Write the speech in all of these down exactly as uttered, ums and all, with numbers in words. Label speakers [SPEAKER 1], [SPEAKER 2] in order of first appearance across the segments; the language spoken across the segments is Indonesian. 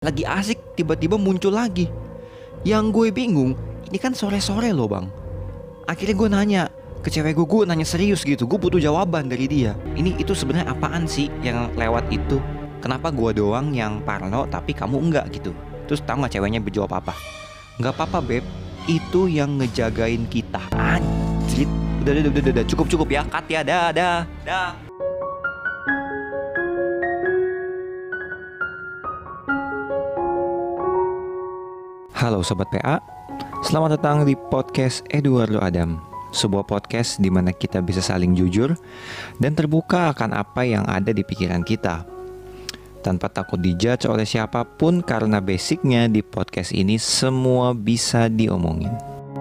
[SPEAKER 1] lagi asik tiba-tiba muncul lagi. Yang gue bingung, ini kan sore-sore loh bang. Akhirnya gue nanya ke cewek gue, gue nanya serius gitu, gue butuh jawaban dari dia. Ini itu sebenarnya apaan sih yang lewat itu? Kenapa gue doang yang parno tapi kamu enggak gitu? Terus tahu gak ceweknya berjawab apa? Nggak apa-apa beb, itu yang ngejagain kita. Anjrit, udah udah udah udah, udah. cukup cukup ya, cut ya, dah dah dah. Halo Sobat P A, selamat datang di podcast Eduardo Adam. Sebuah podcast di mana kita bisa saling jujur dan terbuka akan apa yang ada di pikiran kita, tanpa takut dijudge oleh siapapun, karena basicnya di podcast ini semua bisa diomongin.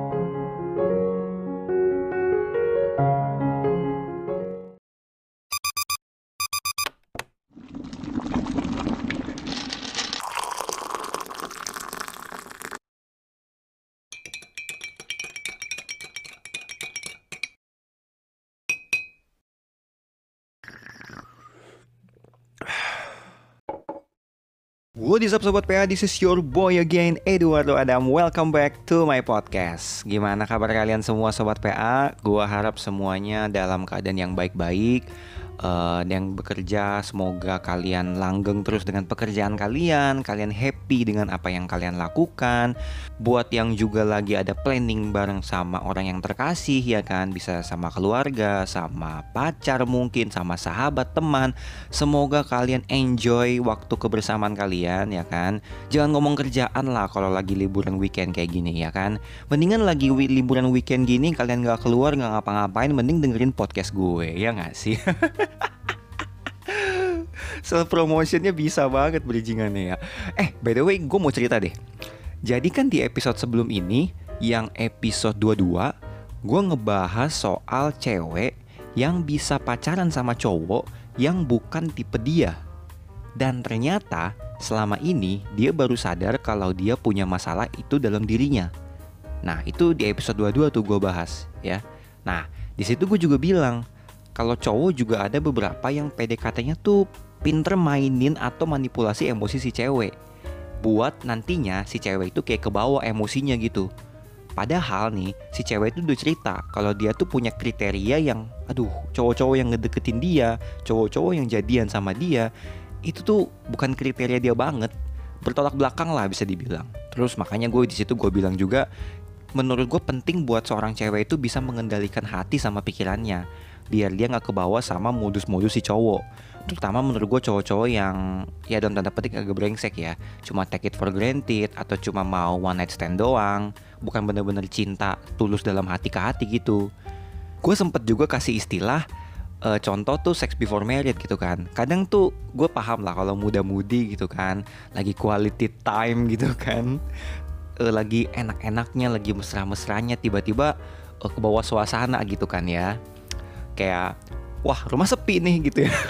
[SPEAKER 1] What is up Sobat P A, this is your boy again, Eduardo Adam. Welcome back to my podcast. Gimana kabar kalian semua Sobat P A? Gua harap semuanya dalam keadaan yang baik-baik. Uh, yang bekerja, semoga kalian langgeng terus dengan pekerjaan kalian. Kalian happy dengan apa yang kalian lakukan. Buat yang juga lagi ada planning bareng sama orang yang terkasih, ya kan, bisa sama keluarga, sama pacar mungkin, sama sahabat, teman. Semoga kalian enjoy waktu kebersamaan kalian, ya kan. Jangan ngomong kerjaan lah kalau lagi liburan weekend kayak gini, ya kan. Mendingan lagi wi- liburan weekend gini kalian gak keluar, gak ngapa-ngapain, mending dengerin podcast gue, ya gak sih? Self promotionnya bisa banget bridgingannya ya. Eh by the way, gue mau cerita deh. Jadi kan di episode sebelum ini, yang episode dua puluh dua, gue ngebahas soal cewek yang bisa pacaran sama cowok yang bukan tipe dia. Dan ternyata selama ini dia baru sadar kalau dia punya masalah itu dalam dirinya. Nah itu di episode dua puluh dua tuh gue bahas ya. Nah di situ gue juga bilang kalau cowok juga ada beberapa yang P D K T-nya tuh pinter mainin atau manipulasi emosi si cewek, buat nantinya si cewek itu kayak kebawa emosinya gitu. Padahal nih si cewek itu udah cerita kalau dia tuh punya kriteria yang, aduh, cowok-cowok yang ngedeketin dia, cowok-cowok yang jadian sama dia, itu tuh bukan kriteria dia banget, bertolak belakang lah bisa dibilang. Terus makanya gue di situ gue bilang juga, menurut gue penting buat seorang cewek itu bisa mengendalikan hati sama pikirannya, biar dia gak kebawa sama modus-modus si cowok. Terutama menurut gue cowok-cowok yang ya dalam tanda petik agak brengsek ya, cuma take it for granted atau cuma mau one night stand doang, bukan bener-bener cinta tulus dalam hati ke hati gitu. Gue sempet juga kasih istilah uh, contoh tuh sex before married gitu kan. Kadang tuh gue paham lah kalau muda-mudi gitu kan, lagi quality time gitu kan, uh, lagi enak-enaknya, lagi mesra-mesranya, tiba-tiba uh, ke bawah suasana gitu kan ya. Kayak, wah rumah sepi nih gitu ya.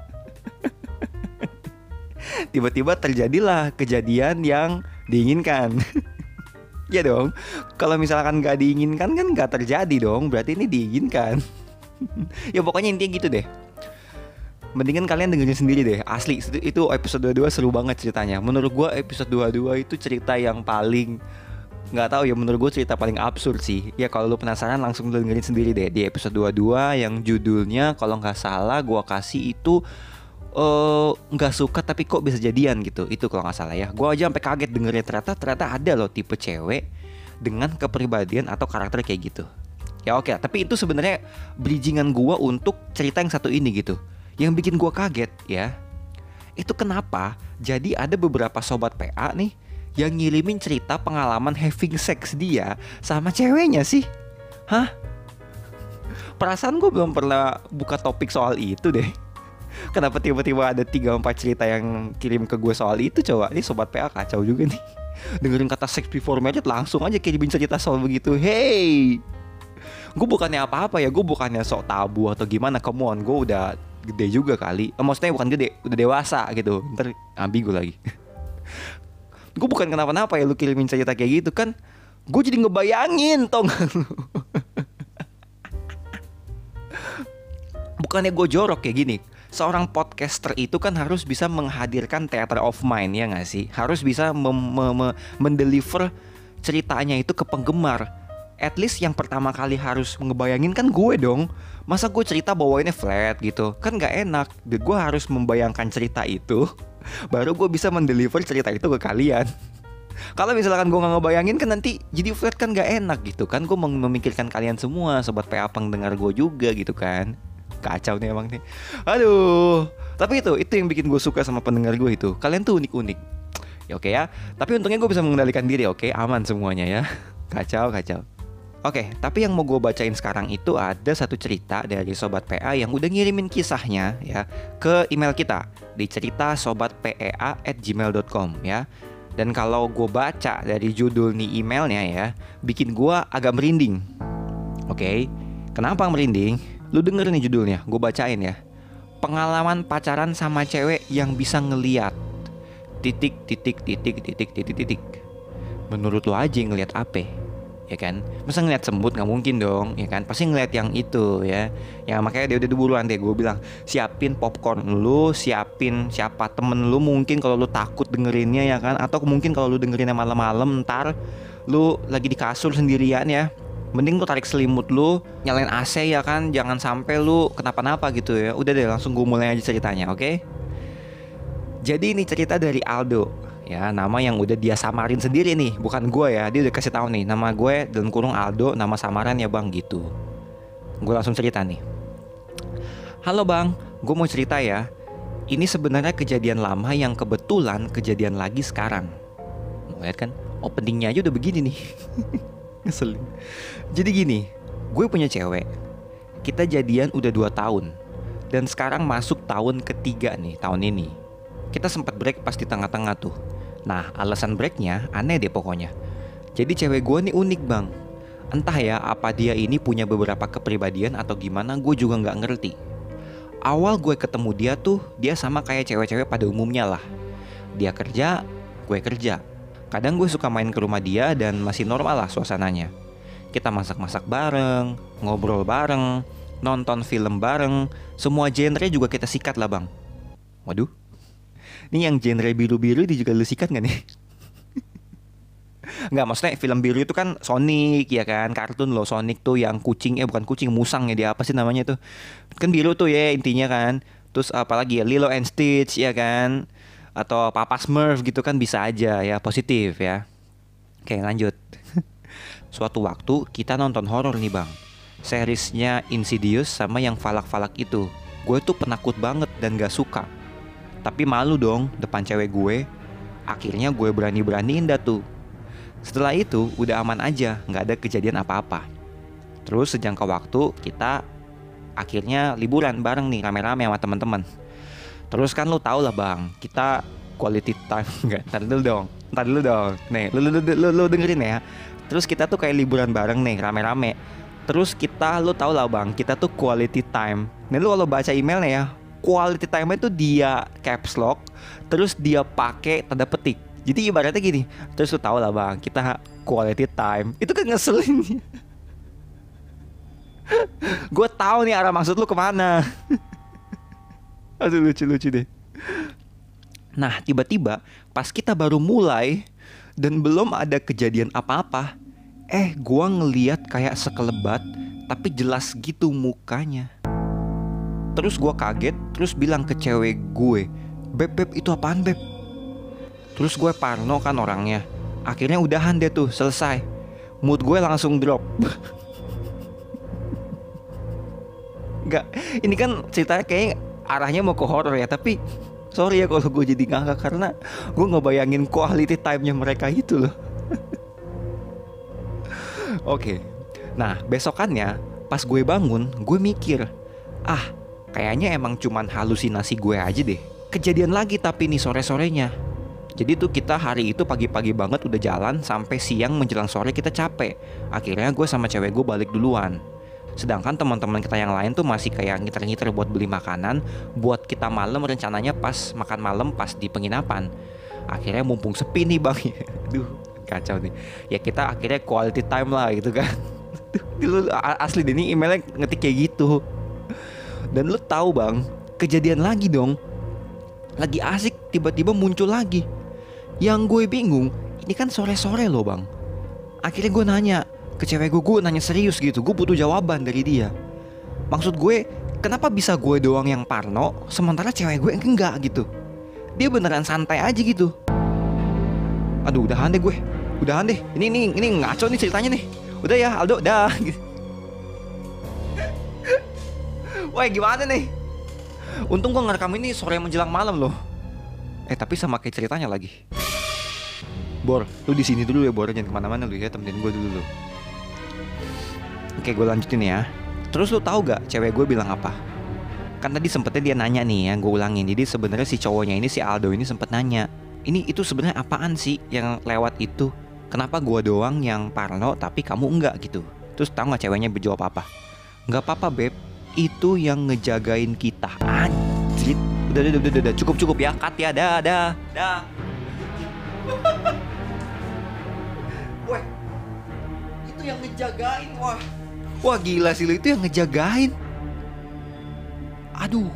[SPEAKER 1] Tiba-tiba terjadilah kejadian yang diinginkan. Ya dong, kalau misalkan gak diinginkan kan gak terjadi dong, berarti ini diinginkan. Ya pokoknya intinya gitu deh. Mendingan kalian dengerin sendiri deh, asli. Itu episode dua puluh dua seru banget ceritanya. Menurut gue episode dua puluh dua itu cerita yang paling, nggak tahu ya, menurut gue cerita paling absurd sih. Ya kalau lu penasaran langsung dengerin sendiri deh di episode dua puluh dua yang judulnya kalau nggak salah gue kasih itu nggak uh, suka tapi kok bisa jadian gitu. Itu kalau nggak salah ya. Gue aja sampai kaget dengernya, ternyata ternyata ada loh tipe cewek dengan kepribadian atau karakter kayak gitu. Ya oke, tapi itu sebenarnya bridgingan gue untuk cerita yang satu ini gitu. Yang bikin gue kaget ya, itu kenapa jadi ada beberapa sobat P A nih yang ngirimin cerita pengalaman having sex dia sama ceweknya sih. Hah? Perasaan gue belum pernah buka topik soal itu deh. Kenapa tiba-tiba ada tiga empat cerita yang kirim ke gue soal itu coba? Ini sobat P A kacau juga nih. Dengerin kata sex before marriage langsung aja kirimin cerita soal begitu. Hey, gue bukannya apa-apa ya, gue bukannya sok tabu atau gimana. Come on, gue udah gede juga kali. eh, Maksudnya bukan gede, udah dewasa gitu. Ntar ambigu lagi. Gue bukan kenapa-napa ya lu kirimin cerita kayak gitu kan. Gue jadi ngebayangin, tau gak lu? Bukannya gue jorok kayak gini. seorang podcaster itu kan harus bisa menghadirkan theater of mind, ya nggak sih? Harus bisa mem- mem- mem- mendeliver ceritanya itu ke penggemar. At least yang pertama kali harus ngebayangin kan gue dong. Masa gue cerita bawainnya flat gitu, kan gak enak. Gue harus membayangkan cerita itu, baru gue bisa mendeliver cerita itu ke kalian. Kalau misalkan gue gak ngebayangin kan nanti jadi flat kan gak enak gitu kan. Gue memikirkan kalian semua, sobat P A pendengar gue juga gitu kan. Kacau nih emang nih. Aduh. Tapi itu, itu yang bikin gue suka sama pendengar gue itu. Kalian tuh unik-unik. Ya oke ya. Tapi untungnya gue bisa mengendalikan diri, oke? Aman semuanya ya. Kacau, kacau. Oke, tapi yang mau gue bacain sekarang itu ada satu cerita dari Sobat P A yang udah ngirimin kisahnya ya ke email kita di cerita sobat p e a at gmail dot com ya. Dan kalau gue baca dari judul nih emailnya ya, bikin gue agak merinding. Oke, kenapa merinding? Lu denger nih judulnya, gue bacain ya. Pengalaman pacaran sama cewek yang bisa ngeliat titik titik titik titik titik titik. Menurut lu aja ngeliat apa? Ya kan, masa ngeliat semut nggak mungkin dong, ya kan, pasti ngeliat yang itu ya. Ya makanya dia udah buruan deh, gue bilang siapin popcorn lu, siapin siapa temen lu mungkin kalau lu takut dengerinnya ya kan, atau mungkin kalau lu dengerinnya malam-malam ntar lu lagi di kasur sendirian ya, mending lu tarik selimut lu, nyalain A C ya kan, jangan sampai lu kenapa-napa gitu ya. Udah deh, langsung gue mulai aja ceritanya, oke? Jadi ini cerita dari Aldo. Ya, nama yang udah dia samarin sendiri nih, bukan gue ya. Dia udah kasih tahu nih, nama gue dalam kurung Aldo, nama samaran ya bang gitu. Gue langsung cerita nih. Halo bang, gue mau cerita ya. Ini sebenarnya kejadian lama yang kebetulan kejadian lagi sekarang. Lihat kan, openingnya aja udah begini nih. Ngeselin. Jadi gini, gue punya cewek. Kita jadian udah dua tahun. Dan sekarang masuk tahun ketiga nih, tahun ini. Kita sempat break pas di tengah-tengah tuh. Nah, alasan breaknya aneh deh pokoknya. Jadi cewek gue nih unik bang. Entah ya apa dia ini punya beberapa kepribadian atau gimana, gue juga gak ngerti. Awal gue ketemu dia tuh, dia sama kayak cewek-cewek pada umumnya lah. Dia kerja, gue kerja. Kadang gue suka main ke rumah dia dan masih normal lah suasananya. Kita masak-masak bareng, ngobrol bareng, nonton film bareng. Semua genre juga kita sikat lah bang. Waduh, ini yang genre biru-biru ini juga lu sikat gak nih? Nggak, maksudnya film biru itu kan Sonic ya kan, kartun loh. Sonic tuh yang kucing, eh bukan kucing, musang ya dia, apa sih namanya tuh. Kan biru tuh ya intinya kan. Terus apalagi ya, Lilo and Stitch ya kan, atau Papa Smurf gitu kan, bisa aja ya, positif ya. Oke lanjut. Suatu waktu kita nonton horor nih bang, seriesnya Insidious sama yang falak-falak itu. Gue tuh penakut banget dan gak suka. Tapi malu dong depan cewek gue. Akhirnya gue berani-beraniin dah tuh. Setelah itu udah aman aja, gak ada kejadian apa-apa. Terus sejangka waktu kita akhirnya liburan bareng nih, rame-rame sama teman-teman. Terus kan lu tau lah bang, kita quality time. Enggak, ntar dulu dong Ntar dulu dong Nih, lu, lu, lu, lu, lu dengerin ya. Terus kita tuh kayak liburan bareng nih, rame-rame. Terus kita, lu tau lah bang, kita tuh quality time. Nih lu kalau baca emailnya ya, quality time itu dia caps lock, terus dia pakai tanda petik. Jadi ibaratnya gini, terus lu tau lah bang, kita quality time. Itu kan ngeselin. Gue tahu nih arah maksud lu kemana. Aduh lucu-lucu deh. Nah tiba-tiba pas kita baru mulai dan belum ada kejadian apa-apa, eh gue ngeliat kayak sekelebat, tapi jelas gitu mukanya. Terus gue kaget, terus bilang ke cewek gue, Beb, beb itu apaan beb? Terus gue parno kan orangnya. Akhirnya udahan deh tuh, selesai. Mood gue langsung drop. Enggak, ini kan ceritanya kayak arahnya mau ke horror ya. Tapi sorry ya kalau gue jadi ngakak, karena gue ngebayangin quality time-nya mereka itu loh. Oke, nah besokannya pas gue bangun, gue mikir, ah kayaknya emang cuman halusinasi gue aja deh. Kejadian lagi tapi nih sore-sorenya. Jadi tuh kita hari itu pagi-pagi banget udah jalan, sampai siang menjelang sore kita capek. Akhirnya gue sama cewek gue balik duluan. Sedangkan teman-teman kita yang lain tuh masih kayak ngiter-ngiter buat beli makanan buat kita malam, rencananya pas makan malam pas di penginapan. Akhirnya mumpung sepi nih bang. Aduh kacau nih. Ya kita akhirnya quality time lah gitu kan. Asli deh, ini emailnya ngetik kayak gitu. Dan lu tahu bang, kejadian lagi dong. Lagi asik tiba-tiba muncul lagi. Yang gue bingung, ini kan sore-sore loh bang. Akhirnya gue nanya ke cewek gue, gue nanya serius gitu. Gue butuh jawaban dari dia. Maksud gue, kenapa bisa gue doang yang parno, sementara cewek gue enggak gitu. Dia beneran santai aja gitu. Aduh udahan deh gue, udahan deh. Ini ini ini ngaco nih ceritanya nih. Udah ya Aldo, dah. Wah gimana nih? Untung gue ngerekam ini sore menjelang malam loh. Eh tapi sama kayak ceritanya lagi. Bor, lu di sini dulu ya Bor, jangan kemana-mana lu ya, temenin gue dulu lu. Oke gue lanjutin ya. Terus lu tahu gak cewek gue bilang apa? Kan tadi sempetnya dia nanya nih, yang gue ulangin. Jadi sebenarnya si cowoknya ini, si Aldo ini sempet nanya, ini itu sebenarnya apaan sih yang lewat itu? Kenapa gue doang yang parno tapi kamu enggak gitu? Terus tahu gak ceweknya berjawab apa? Nggak apa-apa beb, itu yang ngejagain kita. Anjir. Udah, udah, udah, udah, cukup, cukup ya, cut ya, dah, dah, dah. Wah, itu yang ngejagain, wah. Wah gila sih lu, itu yang ngejagain. Aduh.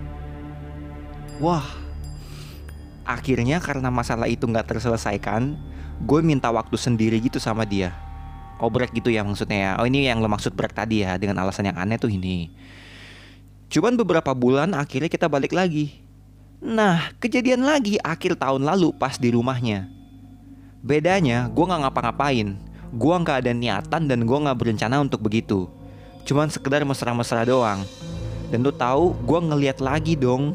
[SPEAKER 1] Wah. Akhirnya karena masalah itu gak terselesaikan, gue minta waktu sendiri gitu sama dia. Oh break gitu ya maksudnya ya. Oh ini yang lo maksud break tadi ya, dengan alasan yang aneh tuh ini. Cuman beberapa bulan akhirnya kita balik lagi. Nah kejadian lagi akhir tahun lalu pas di rumahnya. Bedanya gue gak ngapa-ngapain. Gue gak ada niatan dan gue gak berencana untuk begitu. Cuman sekedar mesra-mesra doang. Dan lu tahu gue ngeliat lagi dong.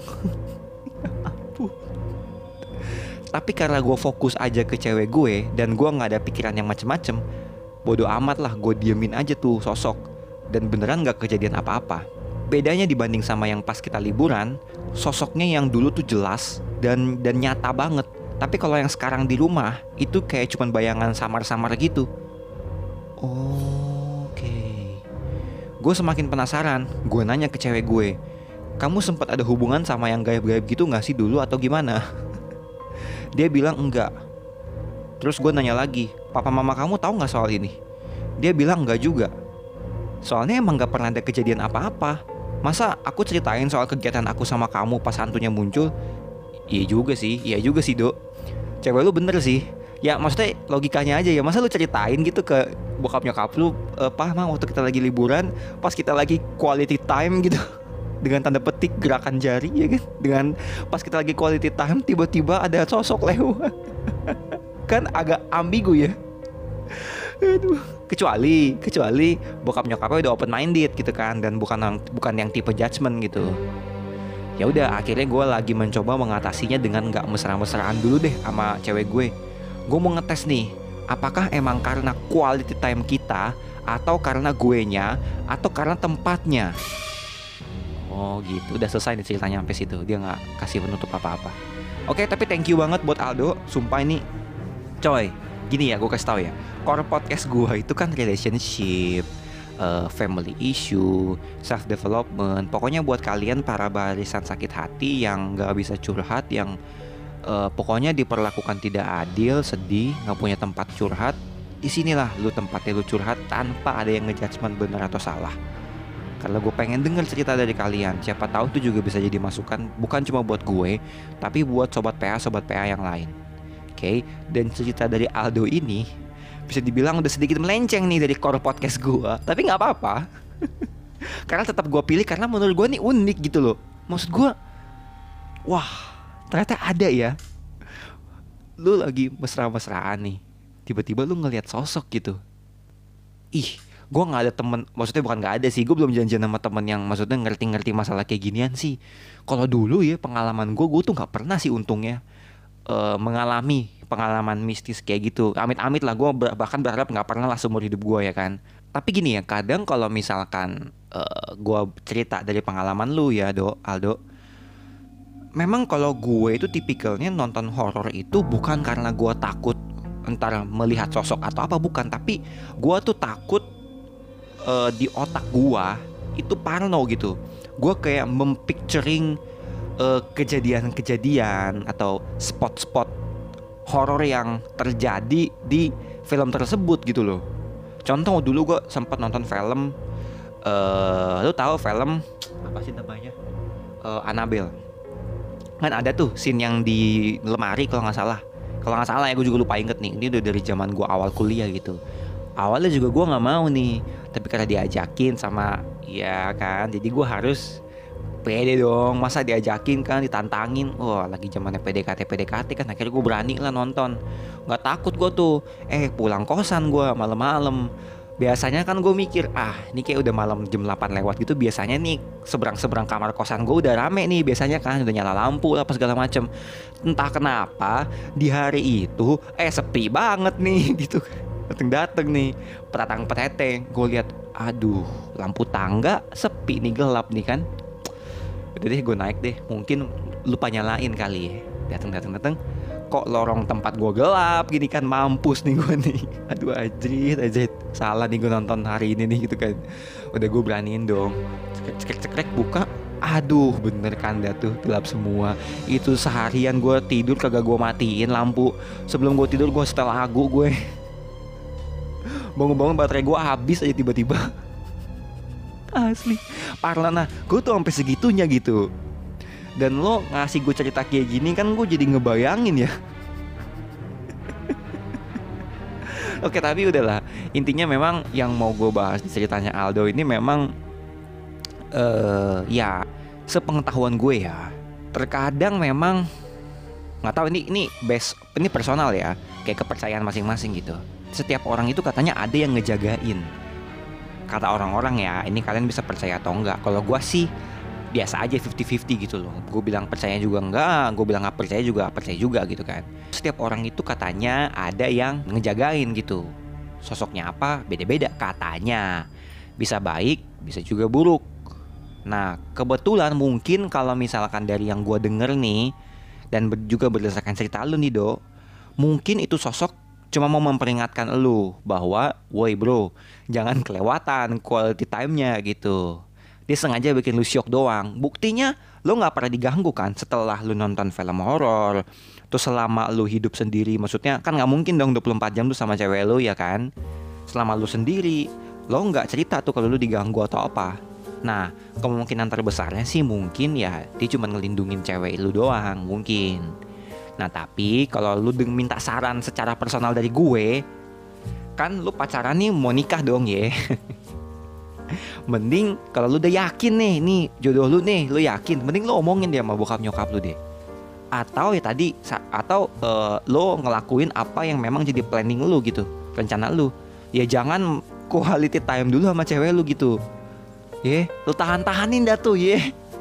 [SPEAKER 1] Tapi karena gue fokus aja ke cewek gue dan gue gak ada pikiran yang macem-macem, bodo amat lah, gue diemin aja tuh sosok. Dan beneran gak kejadian apa-apa. Bedanya dibanding sama yang pas kita liburan, sosoknya yang dulu tuh jelas dan dan nyata banget. Tapi kalau yang sekarang di rumah, itu kayak cuman bayangan samar-samar gitu. Oke. Gue semakin penasaran, gue nanya ke cewek gue, kamu sempat ada hubungan sama yang gaib-gaib gitu gak sih dulu atau gimana? Dia bilang enggak. Terus gue nanya lagi, papa mama kamu tahu gak soal ini? Dia bilang enggak juga. Soalnya emang gak pernah ada kejadian apa-apa. Masa aku ceritain soal kegiatan aku sama kamu pas hantunya muncul? Iya juga sih, iya juga sih dok. Cewek lu bener sih. Ya maksudnya logikanya aja ya, masa lu ceritain gitu ke bokap nyokap lu, e, Pak mah waktu kita lagi liburan, pas kita lagi quality time gitu, dengan tanda petik gerakan jari ya kan, dengan pas kita lagi quality time tiba-tiba ada sosok lewat. Kan agak ambigu ya. Aduh. Kecuali kecuali bokap nyokapnya udah open minded gitu kan, dan bukan bukan yang tipe judgement gitu. Ya udah akhirnya gue lagi mencoba mengatasinya dengan nggak mesra-mesraan dulu deh sama cewek gue. Gue mau ngetes nih, apakah emang karena quality time kita, atau karena guenya, atau karena tempatnya. Oh gitu, udah selesai nih ceritanya sampai situ. Dia nggak kasih penutup apa-apa. Oke, tapi thank you banget buat Aldo. Sumpah ini, coy, gini ya gue kasih tau ya, core podcast gue itu kan relationship, uh, family issue, self development. Pokoknya buat kalian para barisan sakit hati yang nggak bisa curhat, yang uh, pokoknya diperlakukan tidak adil, sedih, nggak punya tempat curhat. Disinilah lu tempatnya lu curhat tanpa ada yang ngejudgement benar atau salah. Karena gue pengen denger cerita dari kalian. Siapa tahu itu juga bisa jadi masukan, bukan cuma buat gue, tapi buat sobat P A, sobat P A yang lain. Oke, okay? Dan cerita dari Aldo ini bisa dibilang udah sedikit melenceng nih dari core podcast gue. Tapi gak apa-apa. Karena tetap gue pilih karena menurut gue nih unik gitu loh. Maksud gue, wah ternyata ada ya. Lu lagi mesra-mesraan nih, tiba-tiba lu ngelihat sosok gitu. Ih, gue gak ada temen, maksudnya bukan gak ada sih, gue belum janjian sama temen yang maksudnya ngerti-ngerti masalah kayak ginian sih. Kalau dulu ya pengalaman gue, gue tuh gak pernah sih untungnya Uh, mengalami pengalaman mistis kayak gitu. Amit-amit lah, gue bahkan berharap gak pernah lah seumur hidup gue ya kan. Tapi gini ya, kadang kalau misalkan uh, gue cerita dari pengalaman lu ya Do, Aldo, memang kalau gue itu tipikalnya nonton horor itu bukan karena gue takut entar melihat sosok atau apa, bukan. Tapi gue tuh takut uh, di otak gue itu parno gitu. Gue kayak mempicturing Uh, kejadian-kejadian atau spot-spot horor yang terjadi di film tersebut gitu loh. Contoh dulu gue sempat nonton film, uh, lu tahu film apa sih namanya? uh, Annabelle. Kan ada tuh scene yang di lemari kalau nggak salah. Kalau nggak salah ya, gue juga lupa inget nih. Ini udah dari zaman gue awal kuliah gitu. Awalnya juga gue nggak mau nih, tapi karena diajakin sama, ya kan, jadi gue harus pede dong. Masa diajakin kan, ditantangin. Wah, lagi zamannya P D K T P D K T kan, akhirnya gue berani lah nonton. Nggak takut gue tuh. Eh pulang kosan gue malam-malam. Biasanya kan gue mikir, ah ini kayak udah malam jam delapan lewat gitu. Biasanya nih seberang-seberang kamar kosan gue udah rame nih. Biasanya kan udah nyala lampu lah apa segala macem. Entah kenapa di hari itu eh sepi banget nih gitu. Dateng-dateng nih petatang peteteng. Gue lihat, aduh lampu tangga sepi nih, gelap nih kan. Udah deh gue naik deh. Mungkin lupa nyalain kali ya. Dateng-dateng-dateng, kok lorong tempat gue gelap gini kan, mampus nih gue nih. Aduh ajrit ajrit, salah nih gue nonton hari ini nih gitu kan. Udah gue beraniin dong, cekrek-cekrek buka. Aduh bener kan dah tuh, gelap semua. Itu seharian gue tidur kagak gue matiin lampu. Sebelum gue tidur gue setel lagu gue. Bangun-bangun baterai gue habis aja tiba-tiba. Asli parah. Nah gue tuh sampai segitunya gitu. Dan lo ngasih gue cerita kayak gini kan, gue jadi ngebayangin ya. Oke tapi udahlah. Intinya memang yang mau gue bahas di ceritanya Aldo ini memang uh, ya sepengetahuan gue ya, terkadang memang nggak tahu ini ini base ini personal ya, kayak kepercayaan masing-masing gitu. Setiap orang itu katanya ada yang ngejagain. Kata orang-orang ya, ini kalian bisa percaya atau enggak. Kalau gue sih biasa aja, fifty fifty gitu loh. Gue bilang percaya juga enggak, gue bilang gak percaya juga percaya juga gitu kan. Setiap orang itu katanya ada yang ngejagain gitu. Sosoknya apa beda-beda katanya. Bisa baik, bisa juga buruk. Nah kebetulan mungkin kalau misalkan dari yang gue denger nih, dan juga berdasarkan cerita lu nih Do, mungkin itu sosok cuma mau memperingatkan lu bahwa, woi bro, jangan kelewatan quality time-nya gitu. Dia sengaja bikin lu syok doang. Buktinya lu gak pernah diganggu kan setelah lu nonton film horor. Terus selama lu hidup sendiri, maksudnya kan gak mungkin dong dua puluh empat jam lu sama cewek lu ya kan. Selama lu sendiri, lu gak cerita tuh kalau lu diganggu atau apa. Nah kemungkinan terbesarnya sih mungkin ya dia cuma ngelindungin cewek lu doang, mungkin. Nah tapi kalau lu deng minta saran secara personal dari gue, kan lu pacaran nih mau nikah dong ya. Mending kalau lu udah yakin nih, nih jodoh lu nih, lu yakin, mending lu omongin dia sama bokap nyokap lu deh. Atau ya tadi, atau uh, lu ngelakuin apa yang memang jadi planning lu gitu, rencana lu. Ya jangan quality time dulu sama cewek lu gitu. Ye, lu tahan-tahanin dah tuh ye.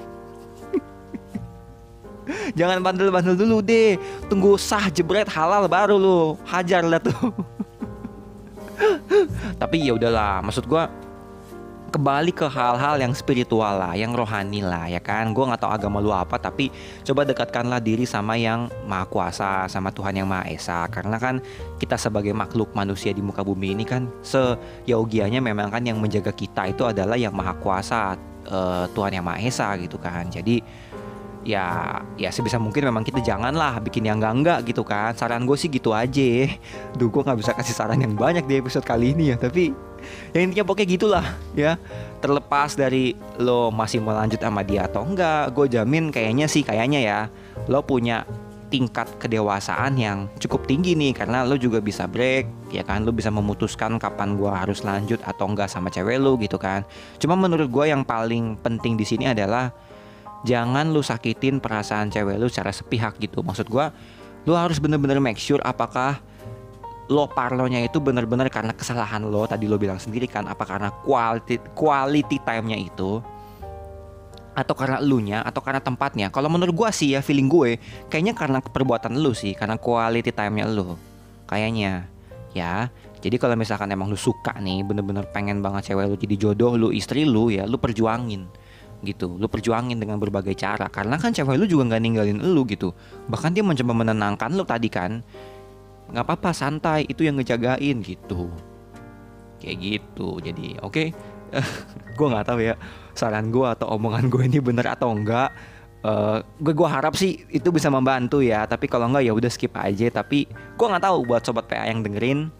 [SPEAKER 1] Jangan bandel-bandel dulu deh. Tunggu sah jebret halal baru lu hajar lah tuh. Tapi ya udahlah, maksud gua kembali ke hal-hal yang spiritual lah, yang rohani lah ya kan. Gue gak tahu agama lu apa, tapi coba dekatkanlah diri sama yang Maha Kuasa, sama Tuhan yang Maha Esa. Karena kan kita sebagai makhluk manusia di muka bumi ini kan, seyogianya memang kan yang menjaga kita itu adalah yang Maha Kuasa, uh, Tuhan yang Maha Esa gitu kan. Jadi ya ya sebisa mungkin memang kita janganlah bikin yang enggak-enggak gitu kan. Saran gue sih gitu aja. Duh gue gak bisa kasih saran yang banyak di episode kali ini ya, tapi ya intinya pokoknya gitulah ya. Terlepas dari lo masih mau lanjut sama dia atau enggak, gue jamin kayaknya sih kayaknya ya lo punya tingkat kedewasaan yang cukup tinggi nih. Karena lo juga bisa break ya kan, lo bisa memutuskan kapan gue harus lanjut atau enggak sama cewek lo gitu kan. Cuma menurut gue yang paling penting di sini adalah jangan lu sakitin perasaan cewek lu secara sepihak gitu. Maksud gue, lu harus bener-bener make sure apakah lo parlonya itu bener-bener karena kesalahan lo. Tadi lo bilang sendiri kan, apa karena quality, quality time-nya itu, atau karena elunya, atau karena tempatnya. Kalau menurut gue sih ya, feeling gue kayaknya karena perbuatan lu sih, karena quality time-nya lu kayaknya ya. Jadi kalau misalkan emang lu suka nih, bener-bener pengen banget cewek lu jadi jodoh lu, istri lu ya, lu perjuangin gitu, lu perjuangin dengan berbagai cara. Karena kan cewek lu juga gak ninggalin lu gitu. Bahkan dia mencoba menenangkan lu tadi kan. Gak apa-apa, santai, itu yang ngejagain gitu. Kayak gitu. Jadi oke okay. Gue gak tahu ya saran gue atau omongan gue ini bener atau enggak. uh, Gue gue harap sih itu bisa membantu ya. Tapi kalau enggak ya udah skip aja. Tapi gue gak tahu buat sobat P A yang dengerin,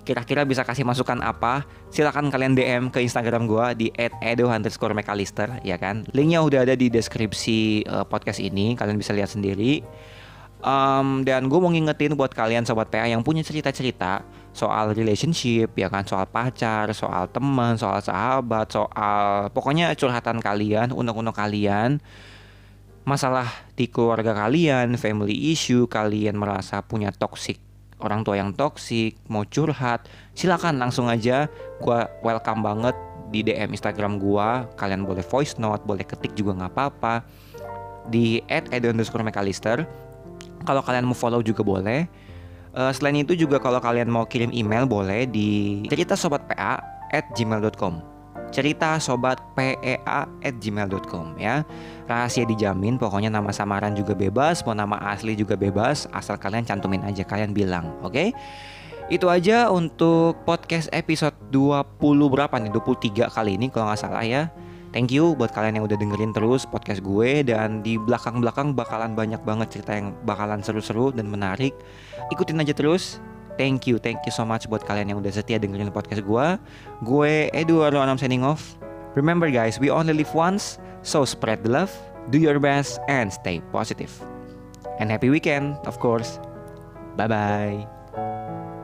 [SPEAKER 1] kira-kira bisa kasih masukan apa, silakan kalian D M ke Instagram gue di et edo underscore mcallister, ya kan. Linknya udah ada di deskripsi uh, podcast ini, kalian bisa lihat sendiri. Um, dan gue mau ngingetin buat kalian sobat P A yang punya cerita-cerita soal relationship, ya kan, soal pacar, soal teman, soal sahabat, soal pokoknya curhatan kalian, unek-unek kalian, masalah di keluarga kalian, family issue, kalian merasa punya toxic, orang tua yang toxic, mau curhat, silakan langsung aja, gue welcome banget di D M Instagram gue. Kalian boleh voice note, boleh ketik juga nggak apa-apa di et edo underscore mcallister. Kalau kalian mau follow juga boleh. Uh, selain itu juga kalau kalian mau kirim email boleh di cerita sobat p a at gmail dot com. cerita sobat p e a at gmail dot com ya. Rahasia dijamin, pokoknya nama samaran juga bebas, mau nama asli juga bebas, asal kalian cantumin aja, kalian bilang, oke? Okay? Itu aja untuk podcast episode dua puluh berapa nih? dua puluh tiga kali ini kalau nggak salah ya. Thank you buat kalian yang udah dengerin terus podcast gue. Dan di belakang-belakang bakalan banyak banget cerita yang bakalan seru-seru dan menarik. Ikutin aja terus. Thank you, thank you so much buat kalian yang udah setia dengerin podcast gue. Gue Eduardo Anam signing off. Remember guys, we only live once, so spread the love, do your best, and stay positive. And happy weekend, of course. Bye-bye.